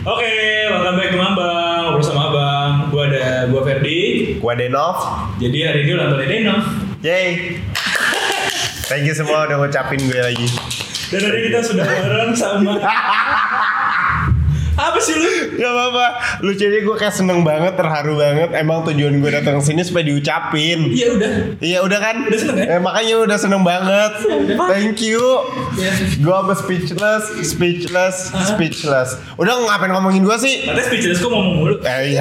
Oke, welcome back ke Mambang. Ngobrol sama Abang. Gua Ferdi. Gua Denov. Jadi hari ini ulang tahun Denov. Yay. Thank you semua udah ngucapin gue lagi. Dan hari kita sudah bareng sama apa sih lu? Gak apa-apa. Lucunya gue kayak seneng banget, terharu banget. Emang tujuan gue datang sini supaya diucapin. Iya udah. Iya udah kan? Udah seneng kan? Makanya udah seneng banget. Thank you. Iya. Gue apa speechless. Udah ngapain ngomongin gue sih? Katanya speechless kok ngomong mulu. Iya.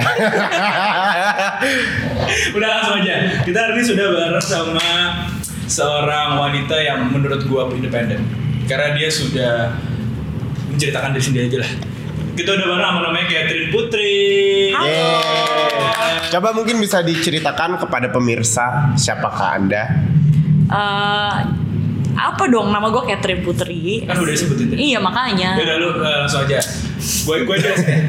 Udah langsung aja. Kita hari ini sudah bareng sama seorang wanita yang menurut gua independen. Karena dia sudah menceritakan diri sendiri aja lah. Kita udah bareng sama namanya Catherine Putri. Yeah. Coba mungkin bisa diceritakan kepada pemirsa siapakah Anda? Apa dong, nama gue Catherine Putri. Kan udah disebutin tadi. Iya makanya. Udah lu langsung aja. Gue jelasin.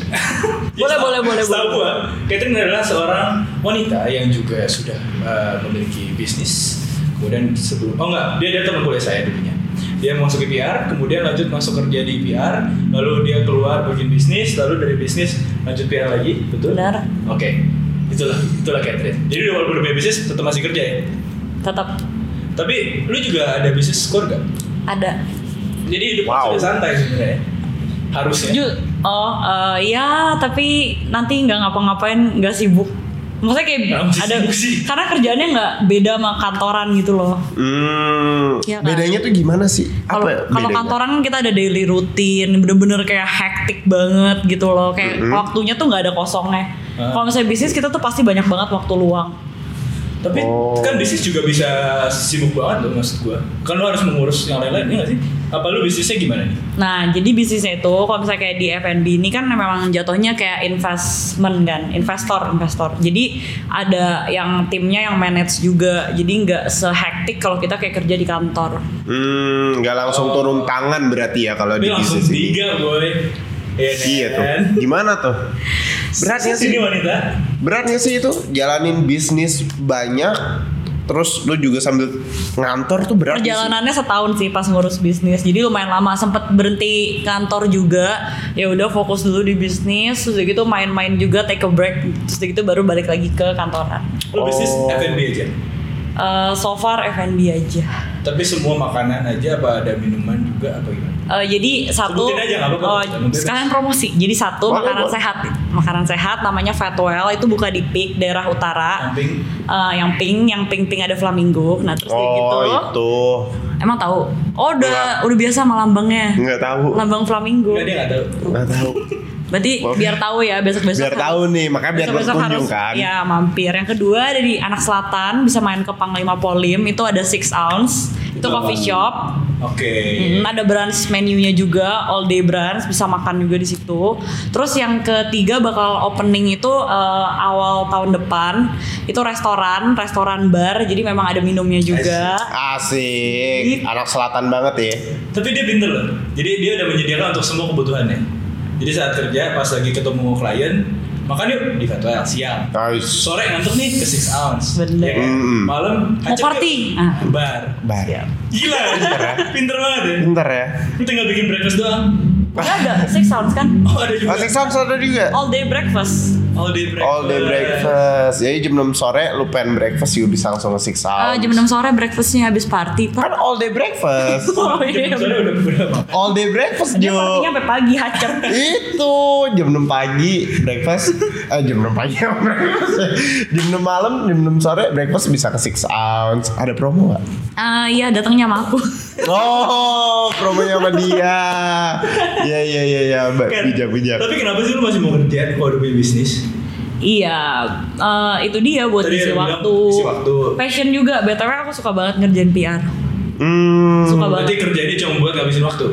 Boleh. Setahu gue, Catherine adalah seorang wanita yang juga sudah memiliki bisnis. Kemudian dia teman kuliah saya dulunya. Dia masuk ke PR, kemudian lanjut masuk kerja di PR, lalu dia keluar bikin bisnis, lalu dari bisnis lanjut PR lagi, betul? Benar. Oke. Itulah Catherine. Jadi walaupun udah punya bisnis, tetap masih kerja ya? Tetap Tapi lu juga ada bisnis keluarga? ada. Jadi hidup sudah santai sebenarnya. Harusnya. Ya tapi nanti nggak ngapa-ngapain, nggak sibuk. Maksudnya kayak ada karena kerjaannya nggak beda sama kantoran gitu loh. Ya kan? Bedanya tuh gimana sih? Kalau kantoran kita ada daily rutin, bener-bener kayak hektik banget gitu loh. Kayak waktunya tuh nggak ada kosongnya. Kalau misalnya bisnis kita tuh pasti banyak banget waktu luang. Tapi kan bisnis juga bisa sibuk banget loh maksud gua. Kan lu harus mengurus yang lain-lain, ya gak sih? Apa lu bisnisnya gimana nih? Nah, jadi bisnisnya itu kalau misalnya kayak di F&B ini kan memang jatuhnya kayak investment kan, investor. Jadi ada yang timnya yang manage juga. Jadi nggak sehektik kalau kita kayak kerja di kantor. Nggak langsung turun tangan berarti ya kalau di bisnis ini. Tapi langsung 3 boy. Iya tuh. Gimana tuh? Beratnya sih. Ini wanita. Beratnya sih itu jalanin bisnis banyak, terus lu juga sambil ngantor tuh berat. Perjalanannya setahun sih pas ngurus bisnis. Jadi lumayan lama, sempet berhenti kantor juga. Ya udah fokus dulu di bisnis, terus gitu main-main juga, take a break. Terus gitu baru balik lagi ke kantoran. Lu bisnis F&B aja? So far F&B aja. Tapi semua makanan aja apa ada minuman juga apa gimana? Jadi satu sebutin aja, nggak apa-apa. sekalian promosi. Jadi satu makanan sehat namanya Fatwell, itu buka di Peak daerah utara. Yang pink ada flamingo. Nah terus kayak gitu. Itu. Emang tahu? Udah biasa sama lambangnya. Nggak tahu. Lambang flamingo. Dia nggak tahu. Berarti biar tahu ya besok-besok. Biar tahu nih, makanya biar berkunjung kan. Ya mampir. Yang kedua ada di Anak Selatan, bisa main ke Panglima Polim, itu ada 6 ounce. Itu coffee shop. Oke. Ada brunch menunya juga, all day brunch, bisa makan juga di situ. Terus yang ketiga bakal opening itu awal tahun depan. Itu restoran bar, jadi memang ada minumnya juga. Asik. Anak Selatan banget ya. Tapi dia pinter loh. Jadi dia udah menyediakan untuk semua kebutuhannya. Jadi saat kerja pas lagi ketemu klien, makan yuk di Fatwell siang. Nice. Sore ngantuk nih ke 6 ounce. Bener. Ya, malam Mau party. Bar. Ya. Gila ya. Pinter banget ya. Pinter ya. Lu tinggal bikin breakfast doang. Ada 6 ounce kan? Ada juga. 6 ounce ada juga. All day breakfast. All day breakfast. Jadi jam 6 sore lu pengen breakfast juga bisa langsung ke 6 ounce. Jam 6 sore breakfastnya habis party Pak. Kan all day breakfast. Jam sore udah berapa? All day breakfast Dia Jo. partinya sampai pagi hacem. Itu jam 6 pagi breakfast. Jam 6 pagi breakfast. Jam 6 malam, jam 6 sore breakfast bisa ke 6 ounce. Ada promo gak? Iya datangnya sama aku. Oh, promonya sama dia. Iya. Bijak. Tapi kenapa sih lu masih mau kerja kalau udah punya bisnis? Iya, itu dia buat Tadi isi waktu. Passion juga, BTW aku suka banget ngerjain PR. Suka banget. Berarti kerja ini cuma buat ngabisin waktu?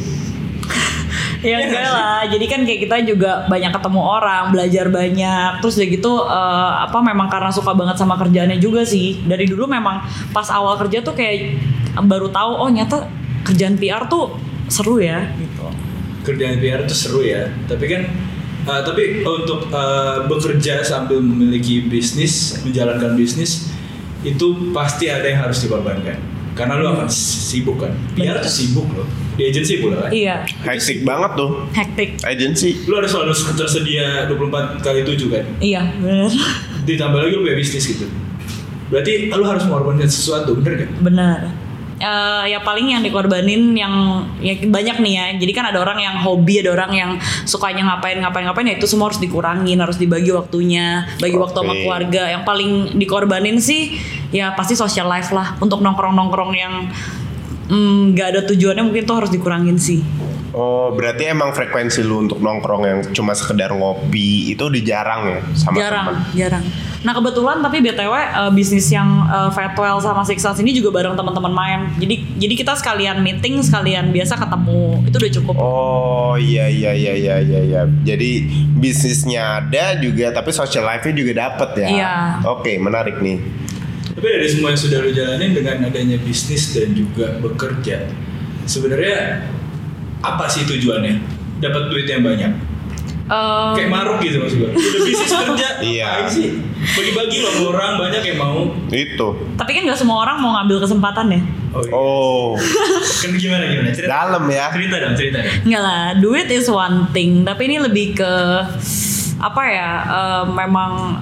Ya enggak lah, jadi kan kayak kita juga banyak ketemu orang, belajar banyak. Terus udah gitu, memang karena suka banget sama kerjaannya juga sih. Dari dulu memang pas awal kerja tuh kayak baru tahu, nyata kerjaan PR tuh seru ya gitu. Kerjaan PR tuh seru ya, tapi kan tapi untuk bekerja sambil memiliki bisnis, menjalankan bisnis itu pasti ada yang harus dikorbankan. Karena lu akan sibuk kan. PR tuh sibuk loh. Di agensi pula kan. Iya, Hektik banget tuh hektik. agensi. Lu harus selalu tersedia 24/7 kan. Iya, benar. Ditambah lagi lu punya bisnis gitu. Berarti lu harus mengorbankan sesuatu, bener gak? Benar. Ya paling yang dikorbanin yang ya banyak nih ya. Jadi kan ada orang yang hobi, ada orang yang sukanya ngapain ya itu semua harus dikurangin, harus dibagi waktunya, bagi waktu sama keluarga. Yang paling dikorbanin sih ya pasti social life lah. Untuk nongkrong-nongkrong yang nggak ada tujuannya mungkin tuh harus dikurangin sih. Oh, berarti emang frekuensi lu untuk nongkrong yang cuma sekedar ngopi itu udah jarang ya sama teman? Jarang. Nah kebetulan tapi BTW bisnis yang Fatwell sama Six Sense ini juga bareng teman-teman main. Jadi kita sekalian meeting, sekalian biasa ketemu. Itu udah cukup. Oh iya. Jadi bisnisnya ada juga tapi social life-nya juga dapet ya. Iya. Oke, menarik nih. Tapi dari semua yang sudah lu jalanin dengan adanya bisnis dan juga bekerja, sebenarnya apa sih tujuannya? Dapat duit yang banyak? Kayak maruk gitu maksud gue. Udah bisnis kerja, Iya. ngapain sih? Bagi-bagi loh ke orang, banyak yang mau. Itu. Tapi kan nggak semua orang mau ngambil kesempatan ya. Oh, Kan gimana? Cerita. dalam ya. Cerita dong. Enggak lah, duit is one thing. Tapi ini lebih ke apa ya? Memang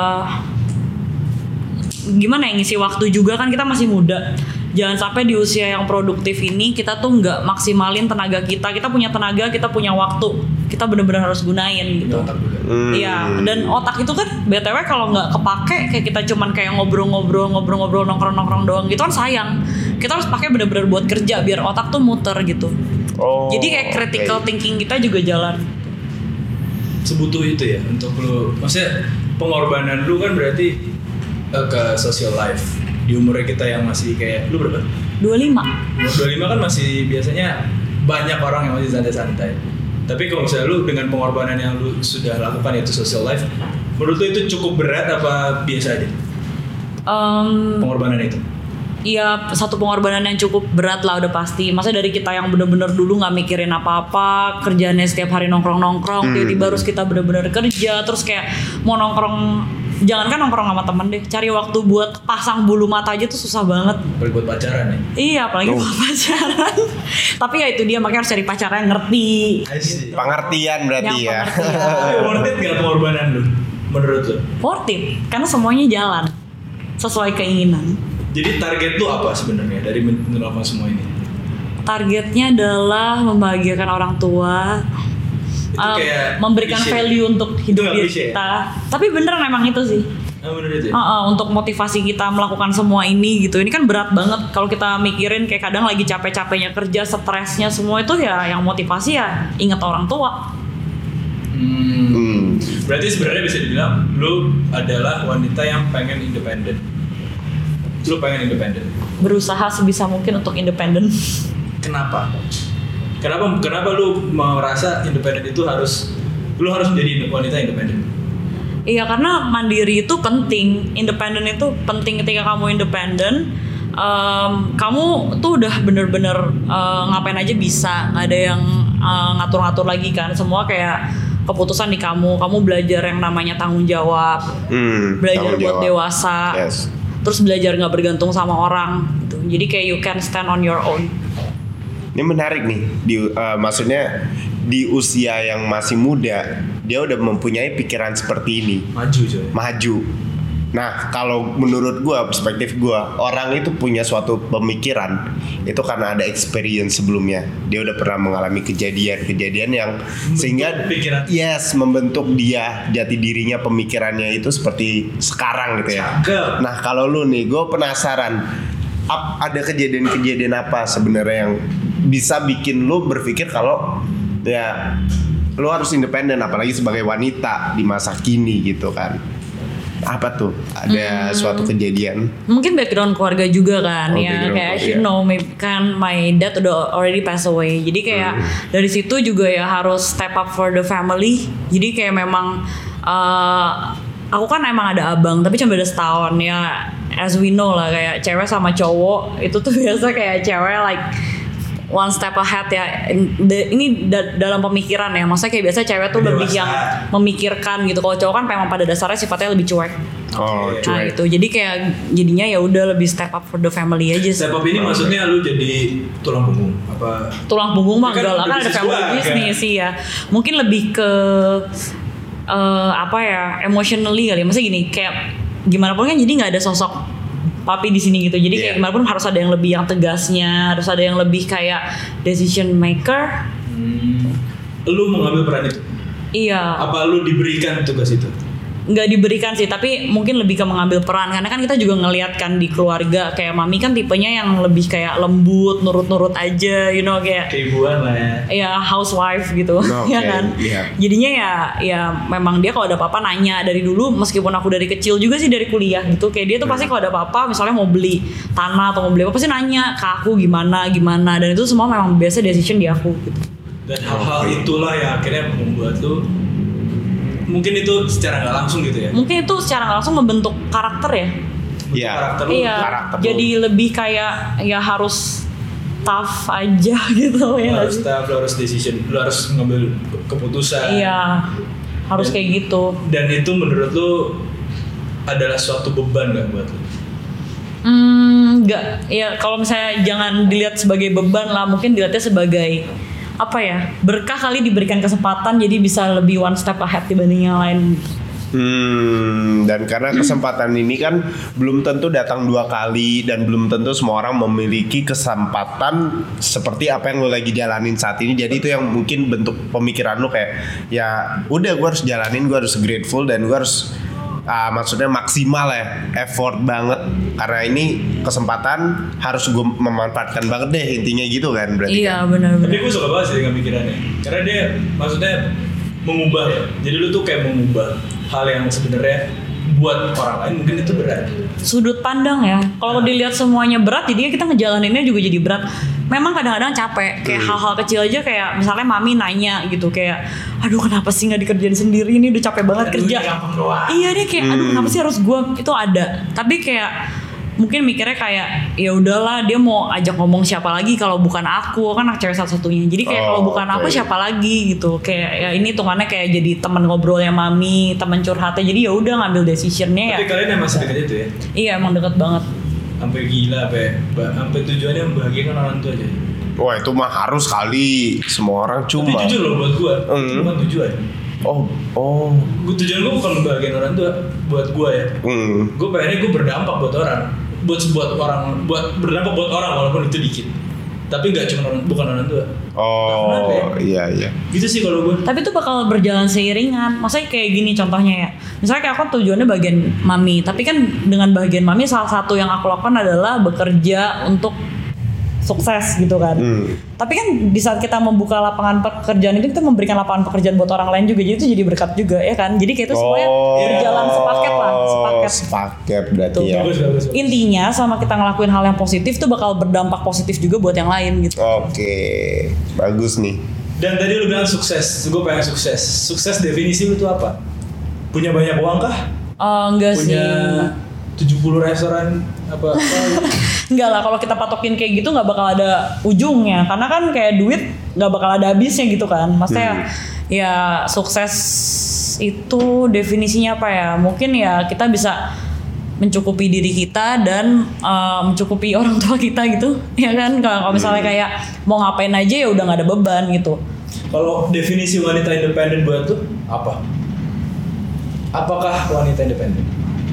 gimana ya, ngisi waktu juga kan kita masih muda. Jangan sampai di usia yang produktif ini kita tuh nggak maksimalin tenaga kita. Kita punya tenaga, kita punya waktu. Kita benar-benar harus gunain gitu. Otak juga. Iya, dan otak itu kan BTW kalau nggak kepake kayak kita cuman kayak ngobrol-ngobrol nongkrong-nongkrong doang gitu kan sayang. Kita harus pakai benar-benar buat kerja biar otak tuh muter gitu. Oh. Jadi kayak critical thinking kita juga jalan. Sebutuh itu ya untuk lu. Maksudnya pengorbanan lu kan berarti ke social life. Di umurnya kita yang masih kayak lu berapa? 25. Umur 25 kan masih biasanya banyak orang yang masih santai-santai. Tapi kalau misalnya lu dengan pengorbanan yang lu sudah lakukan yaitu social life, menurut lu itu cukup berat apa biasa aja? Pengorbanan itu? Iya, satu pengorbanan yang cukup berat lah udah pasti. Masa dari kita yang bener-bener dulu nggak mikirin apa-apa, kerjaannya setiap hari nongkrong-nongkrong, tiba-tiba harus kita bener-bener kerja, terus kayak mau nongkrong, jangankan nongkrong sama temen deh, cari waktu buat pasang bulu mata aja tuh susah banget. Apalagi buat pacaran ya? Iya, apalagi buat pacaran. Tapi ya itu dia, makanya harus cari pacar yang ngerti. Pengertian berarti Yang ya. pengertian. Tapi worth it gak pengorbanan lu? Menurut lu? Worth it, karena semuanya jalan sesuai keinginan. Jadi target lu apa sebenarnya dari melakukan semua ini? Targetnya adalah membahagiakan orang tua, Itu kayak memberikan klise. value untuk hidup nggak diri klise ya? kita. Tapi bener emang itu sih. Bener itu ya? Untuk motivasi kita melakukan semua ini gitu. Ini kan berat banget kalau kita mikirin kayak kadang lagi capek-capeknya kerja, stresnya semua itu ya yang motivasi ya ingat orang tua. Berarti sebenarnya bisa dibilang lu adalah wanita yang pengen independen. Lu pengen independen. Berusaha sebisa mungkin untuk independen. Kenapa? Kenapa lu merasa independen itu lu harus menjadi wanita independen? Iya, karena mandiri itu penting. Independen itu penting. Ketika kamu independen, kamu tuh udah bener-bener ngapain aja bisa. Nggak ada yang ngatur-ngatur lagi kan. Semua kayak keputusan di kamu. Kamu belajar yang namanya tanggung jawab. Belajar buat dewasa. Yes. Terus belajar nggak bergantung sama orang gitu. Jadi kayak you can stand on your own. Ini menarik nih, maksudnya di usia yang masih muda dia udah mempunyai pikiran seperti ini. Maju. Nah, kalau menurut gua, perspektif gua, orang itu punya suatu pemikiran itu karena ada experience sebelumnya. Dia udah pernah mengalami kejadian-kejadian yang sehingga pikiran. Yes, membentuk dia jati dirinya, pemikirannya itu seperti sekarang gitu ya. Cakep. Nah, kalau lu nih, gue penasaran ada kejadian-kejadian apa sebenarnya yang bisa bikin lu berpikir kalau ya lu harus independen, apalagi sebagai wanita di masa kini gitu kan. Apa tuh? Ada suatu kejadian? Mungkin background keluarga juga kan, ya kayak you know, kan my dad udah already pass away. Jadi kayak dari situ juga ya harus step up for the family. Jadi kayak memang aku kan emang ada abang, tapi cuma beda setahun ya. As we know lah, kayak cewek sama cowok itu tuh biasa kayak cewek like one step ahead ya. Ini dalam pemikiran ya. Maksudnya kayak biasa cewek tuh lebih yang memikirkan gitu. Kalau cowok kan memang pada dasarnya sifatnya lebih cuek. Oh, Nah cuek. itu jadi kayak jadinya ya udah lebih step up for the family aja sih. Step up ini maksudnya lu jadi tulang punggung apa? Tulang punggung mah Kan enggak lah, udah kan ada bisnis family gua, business kan? sih ya. Mungkin lebih ke apa ya, emotionally kali. Maksudnya gini, kayak gimana pun kan jadi nggak ada sosok papi di sini gitu. Jadi kayak Iya. gimana pun harus ada yang lebih yang tegasnya, harus ada yang lebih kayak decision maker. Lu mengambil peran itu? Iya. Apa lu diberikan tugas itu? Nggak diberikan sih, tapi mungkin lebih ke mengambil peran karena kan kita juga ngelihat kan di keluarga kayak mami kan tipenya yang lebih kayak lembut, nurut-nurut aja, you know, kayak Keibuan lah ya. ya housewife gitu. Oke, Ya kan. iya. Jadinya ya memang dia kalau ada apa-apa nanya dari dulu, meskipun aku dari kecil juga sih dari kuliah gitu, kayak dia tuh pasti kalau ada apa-apa misalnya mau beli tanah atau mau beli apa pasti nanya ke aku gimana dan itu semua memang biasa decision di aku gitu. Dan hal-hal itulah yang akhirnya membuat lu mungkin itu secara nggak langsung gitu ya. Mungkin itu secara nggak langsung membentuk karakter ya. Iya. Karakter lu. Iya, karakter lu. jadi lebih kayak ya harus tough aja gitu Lu ya nggak harus sih? tough, lu harus decision, lu harus ngambil keputusan. Iya, harus Dan- kayak gitu. Dan itu menurut lu adalah suatu beban nggak buat lu? Enggak. Ya kalau misalnya jangan dilihat sebagai beban lah, mungkin dilihatnya sebagai apa ya? Berkah kali diberikan kesempatan jadi bisa lebih one step ahead dibanding yang lain. Dan karena kesempatan ini kan belum tentu datang 2 kali dan belum tentu semua orang memiliki kesempatan seperti apa yang lo lagi jalanin saat ini. Jadi itu yang mungkin bentuk pemikiran lo kayak ya udah gue harus jalanin, gue harus grateful dan gue harus maksudnya maksimal ya, effort banget karena ini kesempatan harus gue memanfaatkan banget deh intinya gitu kan berarti. Iya, kan? benar-benar. Tapi gue suka banget sih dengan pikirannya. Karena dia maksudnya mengubah ya. Jadi lu tuh kayak mengubah hal yang sebenarnya buat orang lain mungkin itu berat. Sudut pandang ya. Kalau dilihat semuanya berat, jadinya kita ngejalaninnya juga jadi berat. Memang kadang-kadang capek. Kayak hal-hal kecil aja kayak misalnya mami nanya gitu kayak, aduh kenapa sih nggak dikerjain sendiri, ini udah capek banget Aduh, kerja. ini gampang doang. Iya deh kayak, aduh kenapa sih harus gue, itu ada. Tapi kayak mungkin mikirnya kayak ya udahlah, dia mau ajak ngomong siapa lagi kalau bukan aku, kan anak cewek satu-satunya. Jadi kayak kalau bukan aku oke. siapa lagi gitu. Kayak ya ini hitungannya kayak jadi teman ngobrolnya mami, teman curhatnya. Jadi ya udah ngambil decisionnya ya. Tapi kalian emang sedekat itu ya? Iya emang deket banget. Sampai gila, sampai tujuannya membahagiakan orang tua aja. Wah itu mah harus kali, semua orang Tapi cuma. jujur loh buat gue, itu bukan tujuan. Oh. Tujuan gue bukan membahagiakan orang tua buat gue ya. Gue pengennya gue berdampak buat orang, buat berdampak buat orang walaupun itu dikit. Tapi nggak cuma bukan orang tua. Oh, iya. Gitu sih kalau gue. Tapi itu bakal berjalan seiringan. Maksudnya kayak gini contohnya ya. Misalnya kayak aku tujuannya bagian mami. Tapi kan dengan bagian mami salah satu yang aku lakukan adalah bekerja untuk sukses gitu kan. Tapi kan di saat kita membuka lapangan pekerjaan itu kita memberikan lapangan pekerjaan buat orang lain juga. Jadi itu jadi berkat juga ya kan. Jadi kayak itu semuanya berjalan sepaket lah, sepaket. Sepaket berarti Tuh. ya. Bagus. Intinya sama kita ngelakuin hal yang positif tuh bakal berdampak positif juga buat yang lain gitu. Oke, bagus nih. Dan tadi lu bilang sukses, gue pengen sukses. Sukses definisi lu tuh apa? Punya banyak uang kah? Enggak sih. Punya 70 restoran apa? Enggak lah, kalau kita patokin kayak gitu nggak bakal ada ujungnya. Karena kan kayak duit nggak bakal ada habisnya gitu kan. Maksudnya ya sukses itu definisinya apa ya? Mungkin ya kita bisa mencukupi diri kita dan mencukupi orang tua kita gitu. Ya kan, kalau misalnya kayak mau ngapain aja ya udah nggak ada beban gitu. Kalau definisi wanita independen buat tuh apa? Apakah wanita independen?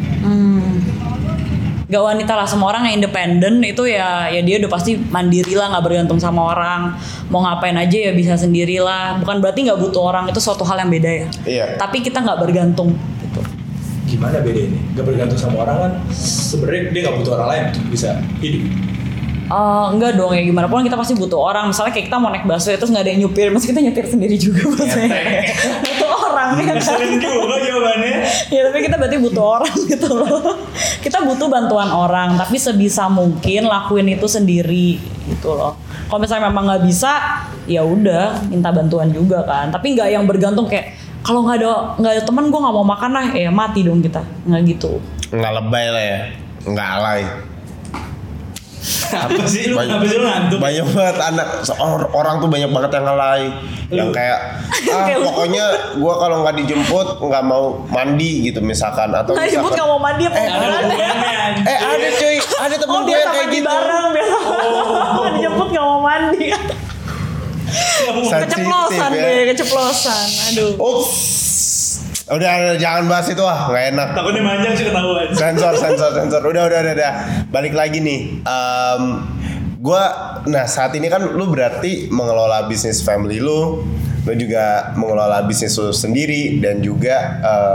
Gak wanita lah, semua orang yang independen itu ya dia udah pasti mandiri lah, nggak bergantung sama orang, mau ngapain aja ya bisa sendiri lah. Bukan berarti nggak butuh orang, itu suatu hal yang beda ya. Iya. Tapi kita nggak bergantung gitu. Gimana beda ini? Gak bergantung sama orang kan? Sebenarnya dia nggak butuh orang lain untuk bisa hidup. Enggak dong, ya gimana pun kita pasti butuh orang. Misalnya kayak kita mau naik busway terus nggak ada yang nyupir, mesti kita nyetir sendiri juga busway. Butuh orang ya kan? Sering juga jawabannya. Ya tapi kita berarti butuh orang gitu loh. Kita butuh bantuan orang, tapi sebisa mungkin lakuin itu sendiri gitu loh. Kalau misalnya memang nggak bisa, ya udah minta bantuan juga kan. Tapi nggak yang bergantung kayak kalau nggak ada teman gue nggak mau makan lah, ya mati dong kita. Nggak gitu. Nggak lebay lah ya, nggak alay. Apa sih lu? Apa sih lu ngantuk? Banyak banget orang tuh banyak banget yang ngalai. Yang kayak pokoknya gue kalau nggak dijemput nggak mau mandi gitu misalkan, atau nggak dijemput nggak mau mandi apa ada cuy, ada temen gue yang kayak gitu. Bareng biasa. Nggak dijemput nggak mau mandi. Keceplosan deh, keceplosan. Aduh. Ups. Udah jangan bahas itu nggak enak. Takutnya manjang sih ketahuan. Sensor. Udah. Balik lagi nih. Nah saat ini kan lu berarti mengelola bisnis family lu juga mengelola bisnis lu sendiri, dan juga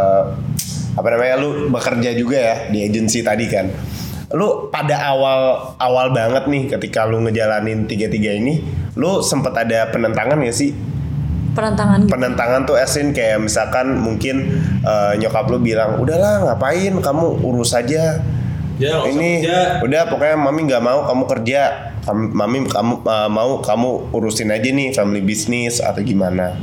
lu bekerja juga ya di agensi tadi kan. Lu pada awal banget nih ketika lu ngejalanin tiga ini, lu sempet ada penentangan gak sih? Penentangan tuh asin kayak misalkan mungkin nyokap lu bilang udahlah ngapain kamu urus aja ini kerja. Udah pokoknya mami nggak mau kamu kerja, mami kamu mau kamu urusin aja nih family business atau gimana?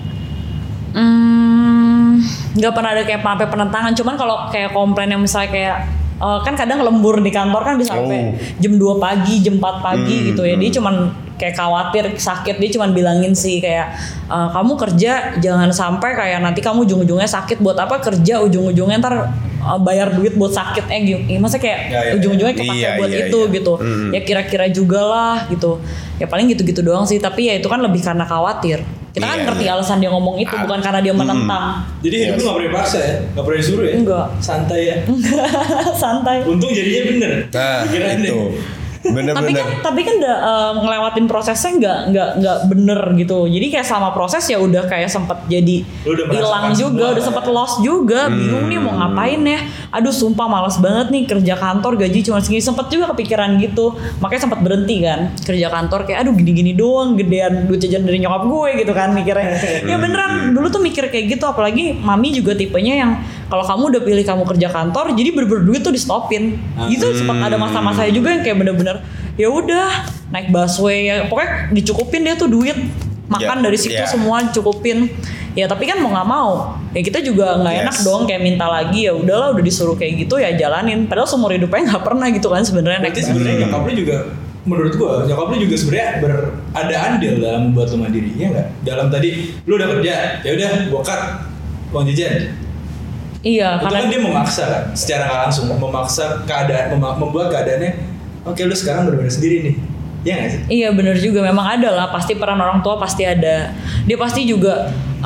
Nggak pernah ada kayak sampai penentangan, cuman kalau kayak komplain yang misalnya kayak kan kadang lembur di kantor kan bisa sampai jam 2 pagi, jam 4 pagi gitu ya. Dia cuman kayak khawatir sakit, dia cuman bilangin sih kayak kamu kerja jangan sampai kayak nanti kamu ujung-ujungnya sakit. Buat apa kerja ujung-ujungnya ntar bayar duit buat sakit masa kayak ujung-ujungnya kepake buat itu gitu. Ya kira-kira juga lah gitu. Ya paling gitu-gitu doang sih, tapi ya itu kan lebih karena khawatir. Kita kan ngerti alasan dia ngomong itu, bukan karena dia menentang. Jadi hidup lu gak pernah dipaksa ya? Gak pernah disuruh ya? Enggak. Santai ya? Santai. Untung jadinya bener. Nah itu bener. Tapi kan udah ngelewatin prosesnya nggak bener gitu. Jadi kayak selama proses ya udah kayak sempet jadi hilang juga, udah sempet lost juga. Bingung nih mau ngapain ya. Aduh sumpah malas banget nih kerja kantor gaji cuma segini. Sempet juga kepikiran gitu. Makanya sempet berhenti kan kerja kantor, kayak aduh gini-gini doang, gedean duit jajan dari nyokap gue gitu kan mikirnya. Ya beneran dulu tuh mikir kayak gitu. Apalagi mami juga tipenya yang kalau kamu udah pilih kamu kerja kantor, jadi berduit tuh di stopin. Gitu sempat ada masa-masanya juga yang kayak bener-bener ya udah naik busway ya pokoknya dicukupin dia tuh duit makan dari situ semua cukupin ya. Tapi kan mau nggak mau ya kita juga nggak enak dong kayak minta lagi. Ya udahlah udah disuruh kayak gitu ya jalanin, padahal seumur hidupnya nggak pernah gitu kan sebenarnya. Berarti sebenarnya nyokap lu juga, menurut gua nyokap lu juga sebenarnya ada andil dalam buat lu mandiri ya nggak? Dalam tadi lu udah kerja ya udah gua cut uang jajan. Iya, itu kan dia memaksa kan, secara nggak langsung memaksa keadaan, membuat keadaannya oke lu sekarang benar-benar sendiri nih, ya nggak sih? Iya benar juga, memang ada lah pasti peran orang tua pasti ada. Dia pasti juga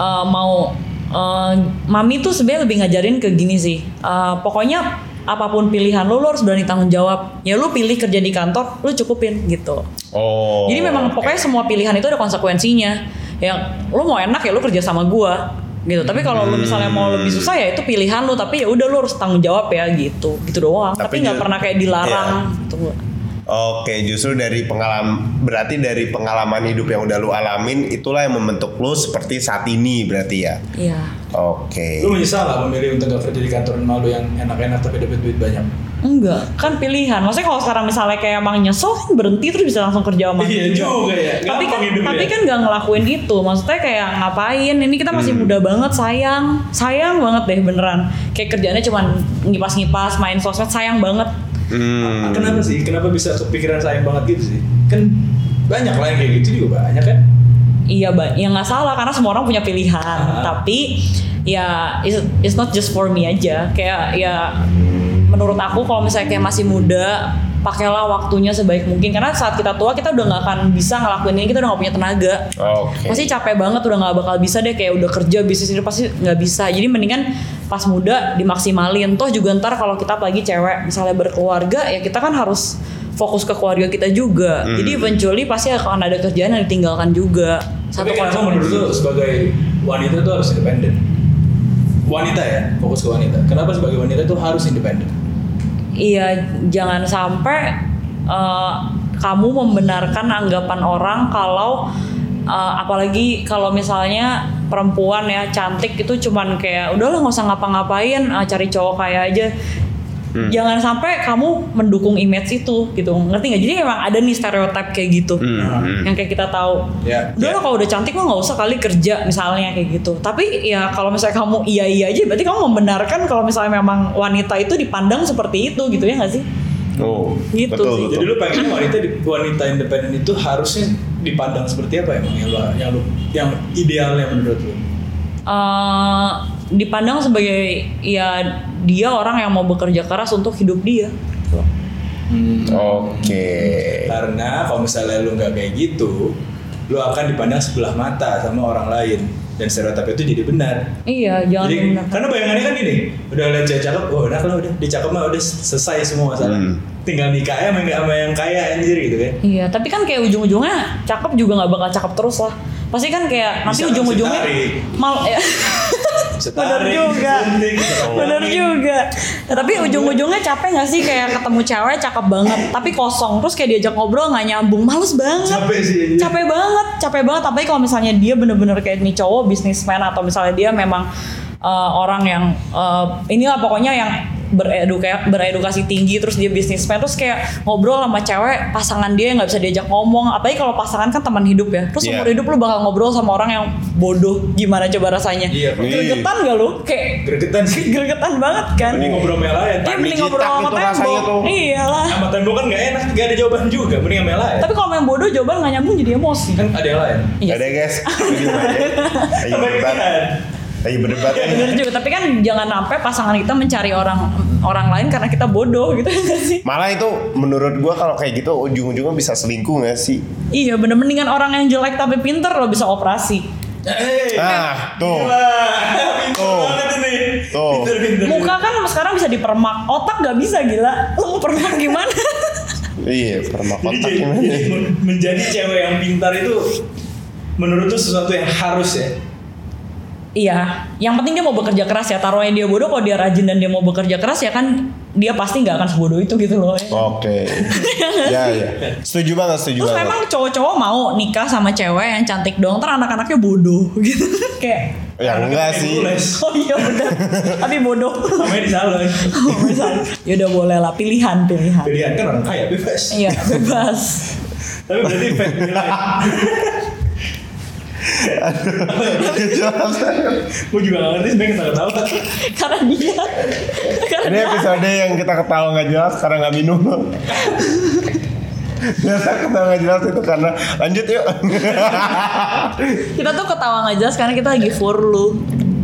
mami tuh sebenarnya lebih ngajarin ke gini sih, pokoknya apapun pilihan lu harus berani tanggung jawab. Ya lu pilih kerja di kantor, lu cukupin gitu. Jadi memang pokoknya semua pilihan itu ada konsekuensinya. Yang lu mau enak ya lu kerja sama gua gitu. Tapi kalau lu misalnya mau lebih susah ya itu pilihan lu, tapi ya udah lu harus tanggung jawab ya gitu doang. Tapi nggak pernah kayak dilarang gitu. Oke, justru dari berarti dari pengalaman hidup yang udah lu alamin itulah yang membentuk lu seperti saat ini berarti ya. Iya. Oke. Lu menyesal nggak memilih untuk gak kerja di kantor malu yang enak-enak tapi dapat duit banyak? Enggak, kan pilihan. Maksudnya kalau sekarang misalnya kayak emang nyesel kan berhenti terus bisa langsung kerja sama. Iya juga ya. Tapi kan nggak ngelakuin itu. Maksudnya kayak ngapain? Ini kita masih muda banget, sayang banget deh beneran. Kayak kerjaannya cuma ngipas-ngipas, main sosmed, sayang banget. Kenapa sih? Kenapa bisa kepikiran sayang banget gitu sih? Kan banyak lah yang kayak gitu juga banyak kan? Iya, ya nggak salah karena semua orang punya pilihan. Tapi ya it's not just for me aja. Kayak ya menurut aku kalau misalnya kayak masih muda, pakailah waktunya sebaik mungkin. Karena saat kita tua kita udah nggak akan bisa ngelakuin ini, kita udah nggak punya tenaga. Pasti capek banget, udah nggak bakal bisa deh kayak udah kerja bisnis ini pasti nggak bisa. Jadi mendingan pas muda dimaksimalin. Toh juga ntar kalau kita apalagi cewek misalnya berkeluarga ya kita kan harus fokus ke keluarga kita juga. Jadi eventually pasti akan ada kerjaan yang ditinggalkan juga. Tapi kenapa menurut lu sebagai wanita tuh harus independen? Wanita ya, fokus ke wanita. Kenapa sebagai wanita tuh harus independen? Iya, jangan sampai kamu membenarkan anggapan orang kalau apalagi kalau misalnya perempuan ya cantik itu cuman kayak udahlah nggak usah ngapa-ngapain, cari cowok kaya aja. Jangan sampai kamu mendukung image itu gitu, ngerti nggak? Jadi emang ada nih stereotip kayak gitu yang kayak kita tahu. Udahlah kalau udah cantik mah nggak usah kali kerja misalnya kayak gitu. Tapi ya kalau misalnya kamu iya aja, berarti kamu membenarkan kalau misalnya memang wanita itu dipandang seperti itu gitu ya nggak sih? Oh, Gitu betul, sih. betul. Jadi lu pengen wanita independen itu harusnya dipandang seperti apa emang yang idealnya menurut lu? Dipandang sebagai ya dia orang yang mau bekerja keras untuk hidup dia. Oke. Karena kalau misalnya lu nggak kayak gitu, lu akan dipandang sebelah mata sama orang lain dan stereotip itu jadi benar. Iya, jangan Jadi benar. karena bayangannya kan gini, udah lihat cewek cakep, oh udah lah udah, dicakep mah udah selesai semua masalah. Tinggal nikah aja sama yang kaya anjir gitu kan. Iya, tapi kan kayak ujung-ujungnya cakep juga nggak bakal cakep terus lah. Pasti kan kayak nanti Bisa ujung-ujungnya tarik. ya. Bener juga. Bener juga. Nah, tapi ujung-ujungnya capek nggak sih kayak ketemu cewek cakep banget, tapi kosong terus kayak diajak ngobrol nggak nyambung, males banget. Capek sih. Capek banget. Apalagi kalau misalnya dia bener-bener kayak nih cowok bisnismen atau misalnya dia memang orang yang inilah pokoknya yang beredukasi tinggi terus dia bisnismen terus kayak ngobrol sama cewek pasangan dia yang nggak bisa diajak ngomong, apalagi kalau pasangan kan teman hidup ya, terus umur hidup lu bakal ngobrol sama orang yang bodoh, gimana coba rasanya? Iya, gregetan gak lu? Kayak gregetan sih. gregetan banget kan? Mending ngobrol sama yang lain. Iya, mending ngobrol sama itu rasanya tuh. tembok. Iyalah. Sama tembok kan nggak enak, nggak ada jawaban juga, mending sama yang lain. Tapi kalau main bodoh jawaban nggak nyambung jadi emosi. Kan ada yang lain. Iya. Ada guys. Ayo Sampai berdebat. pilihan. Ayo berdebat. Bener juga, tapi kan jangan sampai pasangan kita mencari orang lain karena kita bodoh gitu nggak sih? Malah itu menurut gua kalau kayak gitu ujung-ujungnya bisa selingkuh gak sih? Iya, bener, mendingan orang yang jelek tapi pinter lo bisa operasi. Tuh. Pintar Tuh. banget ini. Tuh. Pintar. Muka kan sekarang bisa dipermak, otak nggak bisa, gila. Lo mau permak gimana? Iya, permak Jadi, otak jadi gimana? menjadi cewek yang pintar itu menurut tuh sesuatu yang harus ya. Iya, yang penting dia mau bekerja keras ya. Taruhnya dia bodoh, kalau dia rajin dan dia mau bekerja keras ya kan dia pasti nggak akan sebodoh itu gitu loh. Oke. Ya. Setuju banget. Terus memang cowok-cowok mau nikah sama cewek yang cantik dong, ntar anak-anaknya bodoh gitu. Kayak Ya enggak sih. oh iya benar, tapi bodoh. Namanya di salon. Ya udah boleh lah, pilihan. Pilihan kan orang kaya bebas. Iya, bebas. Tapi berarti fake nilai. Gue juga gak ngerti sebenernya ketawa-tawa. Karena dia. Ini episode yang kita ketawa nggak jelas karena nggak minum. Biasa ketawa nggak jelas itu karena lanjut yuk. Kita tuh ketawa nggak jelas karena kita lagi for lu.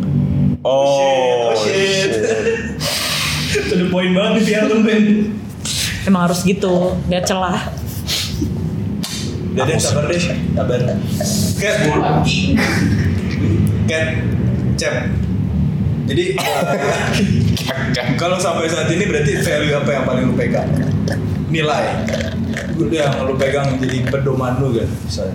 Oh shit. To the point banget nih biar lu Ben. Emang harus gitu, lihat celah. Udah deh, sabar deh. Sabar. Cat. Cep. Jadi kalau sampai saat ini berarti value apa yang paling lu pegang? Nilai yang lu pegang jadi pedoman lu kan misalnya.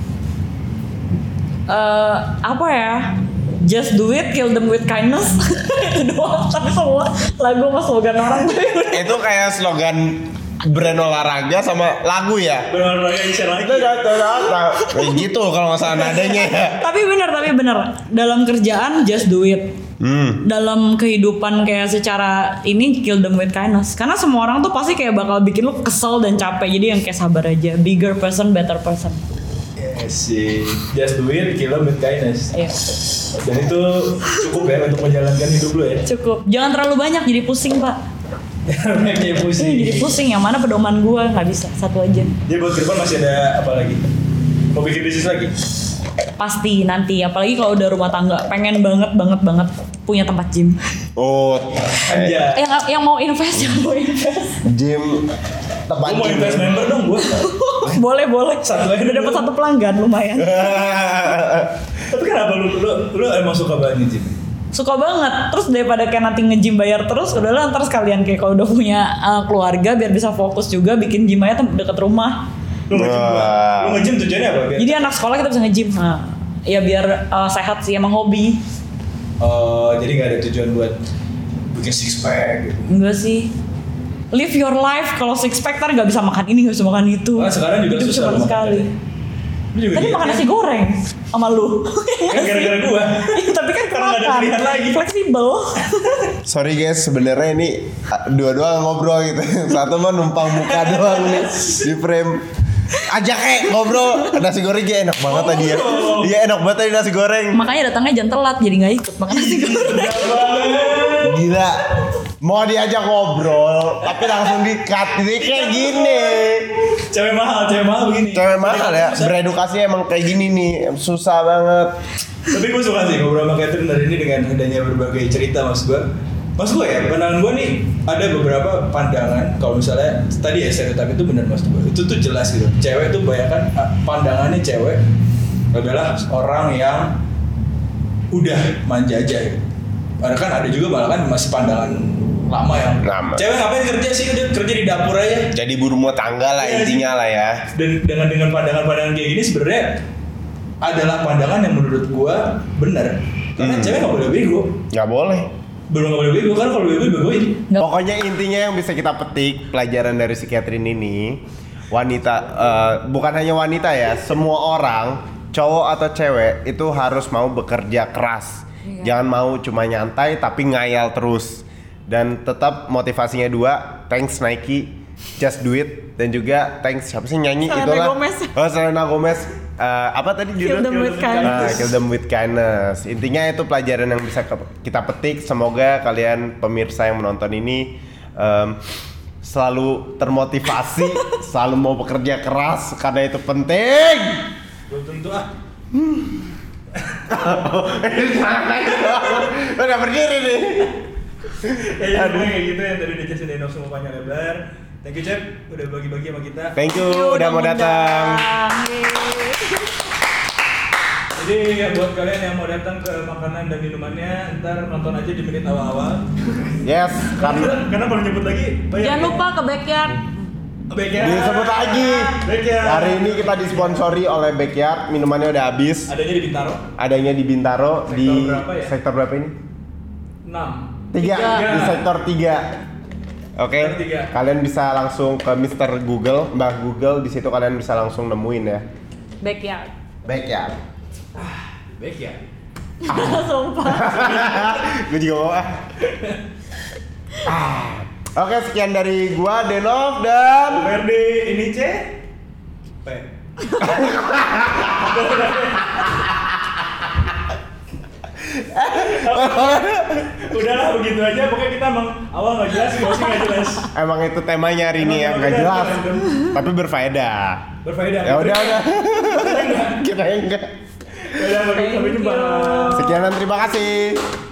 Apa ya? Just do it, kill them with kindness. Itu doang. Tapi semua lagu sama slogan orang tuh. Itu kayak slogan brand olahraga sama lagu ya. Benar-benar share lagi. Kayak gitu kalau nggak salah nadanya ya. Tapi benar. Dalam kerjaan just do it. Dalam kehidupan kayak secara ini kill them with kindness. Karena semua orang tuh pasti kayak bakal bikin lu kesel dan capek. Jadi yang kayak sabar aja. Bigger person, better person. Yes, sih. Just do it, kill them with kindness. Iya. Dan itu cukup ya untuk menjalankan hidup lu ya. Cukup. Jangan terlalu banyak jadi pusing, Pak. Kayak pusing. Jadi pusing. Yang mana pedoman gua nggak bisa. Satu aja. Jadi buat ke depan masih ada apa lagi? Mau bikin bisnis lagi? Pasti nanti. Apalagi kalau udah rumah tangga. Pengen banget punya tempat gym. Oh, Anjay. Yang mau invest. gym tempat Gue mau gym. invest member dong gue. boleh. Satu aja Udah dapat dulu. 1 pelanggan lumayan. Tapi kenapa lu emang suka banget nge-gym? Suka banget. Terus daripada kayak nanti nge-gym bayar terus, udahlah ntar sekalian kayak kalau udah punya keluarga biar bisa fokus juga bikin gym aja deket rumah. Lu nge-gym Wah. Lu nge-gym tujuannya apa? Jadi anak sekolah kita bisa nge-gym. Nah, ya biar sehat sih, emang hobi. Jadi gak ada tujuan buat bikin six pack gitu. Enggak sih. Live your life. Kalau six pack ntar gak bisa makan ini, gak bisa makan itu. Karena sekarang juga Hidup susah cuma lu makan sekali. Lu juga Tadi gitu. makan nasi goreng sama lu. Kan gara-gara gua. Iya, tapi kan Karena nggak ada kemakan. pilihan lagi. Fleksibel. Sorry guys, sebenarnya ini dua-dua ngobrol gitu. Satu mah numpang muka doang nih di frame. Ajak ngobrol nasi goreng ya enak banget tadi ya. Iya enak banget tadi nasi goreng. Makanya datangnya jangan telat jadi nggak ikut makan nasi goreng. Gila. mau diajak ngobrol tapi langsung di-cut. Ini kayak gini. Cewek mahal begini. Cewek mahal ya, beredukasi emang kayak gini nih, susah banget. Tapi gue suka sih ngobrol sama Catherine hari ini dengan adanya berbagai cerita mas gue ya, pandangan gue nih ada beberapa pandangan kalau misalnya tadi ya stereotip itu benar mas gue, itu tuh jelas gitu. Cewek tuh banyak pandangannya cewek adalah orang yang udah manja aja gitu. Padahal kan ada juga malah kan masih pandangan lama yang cewek ngapain kerja sih, udah kerja di dapur aja. Jadi ibu rumah tangga lah ya, intinya lah ya. Dan dengan pandangan-pandangan kayak gini sebenarnya adalah pandangan yang menurut gua benar. Karena cewek nggak boleh bego. Nggak boleh. Belum nggak boleh bego kan, kalau bego begoin. Pokoknya intinya yang bisa kita petik pelajaran dari si Catherine ini, wanita bukan hanya wanita ya, semua orang cowok atau cewek itu harus mau bekerja keras. Jangan mau cuma nyantai tapi ngayal terus. Dan tetap motivasinya 2, thanks Nike, just do it. Dan juga thanks siapa sih nyanyi itulah. Selena Gomez. Apa tadi judulnya? Kill them with kindness. Intinya itu pelajaran yang bisa kita petik. Semoga kalian pemirsa yang menonton ini selalu termotivasi, selalu mau bekerja keras karena itu penting. Belum tentu Udah berdiri nih. Ya kayak gitu ya, tadi udah jelasin Denov semua panjang lebar. Thank you Cep, udah bagi-bagi sama kita. Thank you udah mau datang. Jadi ya buat kalian yang mau datang ke makanan dan minumannya, ntar nonton aja di menit awal-awal. Yes, karena kalau nyebut lagi banyak. Jangan lupa ke Backyard. Backyard. Disebut lagi. Backyard. Hari ini kita disponsori oleh Backyard, minumannya udah habis. Adanya di Bintaro. Adanya di Bintaro. Sektor di berapa ya? Sektor berapa ini? 6. 3. Di sektor 3. Oke. Kalian bisa langsung ke Mr. Google, Mbak Google, di situ kalian bisa langsung nemuin ya. Backyard. Backyard. Backyard. Sumpah. Gue juga mau Oke, sekian dari gua Denov dan Ferdi, ini C. P. Udahlah begitu aja, pokoknya kita emang awal nggak jelas, closing nggak jelas. Emang itu temanya hari ini ya, nggak jelas, tapi berfaedah. Ya udah. Kita enggak. Udah, sampai jumpa. Sekian dan terima kasih.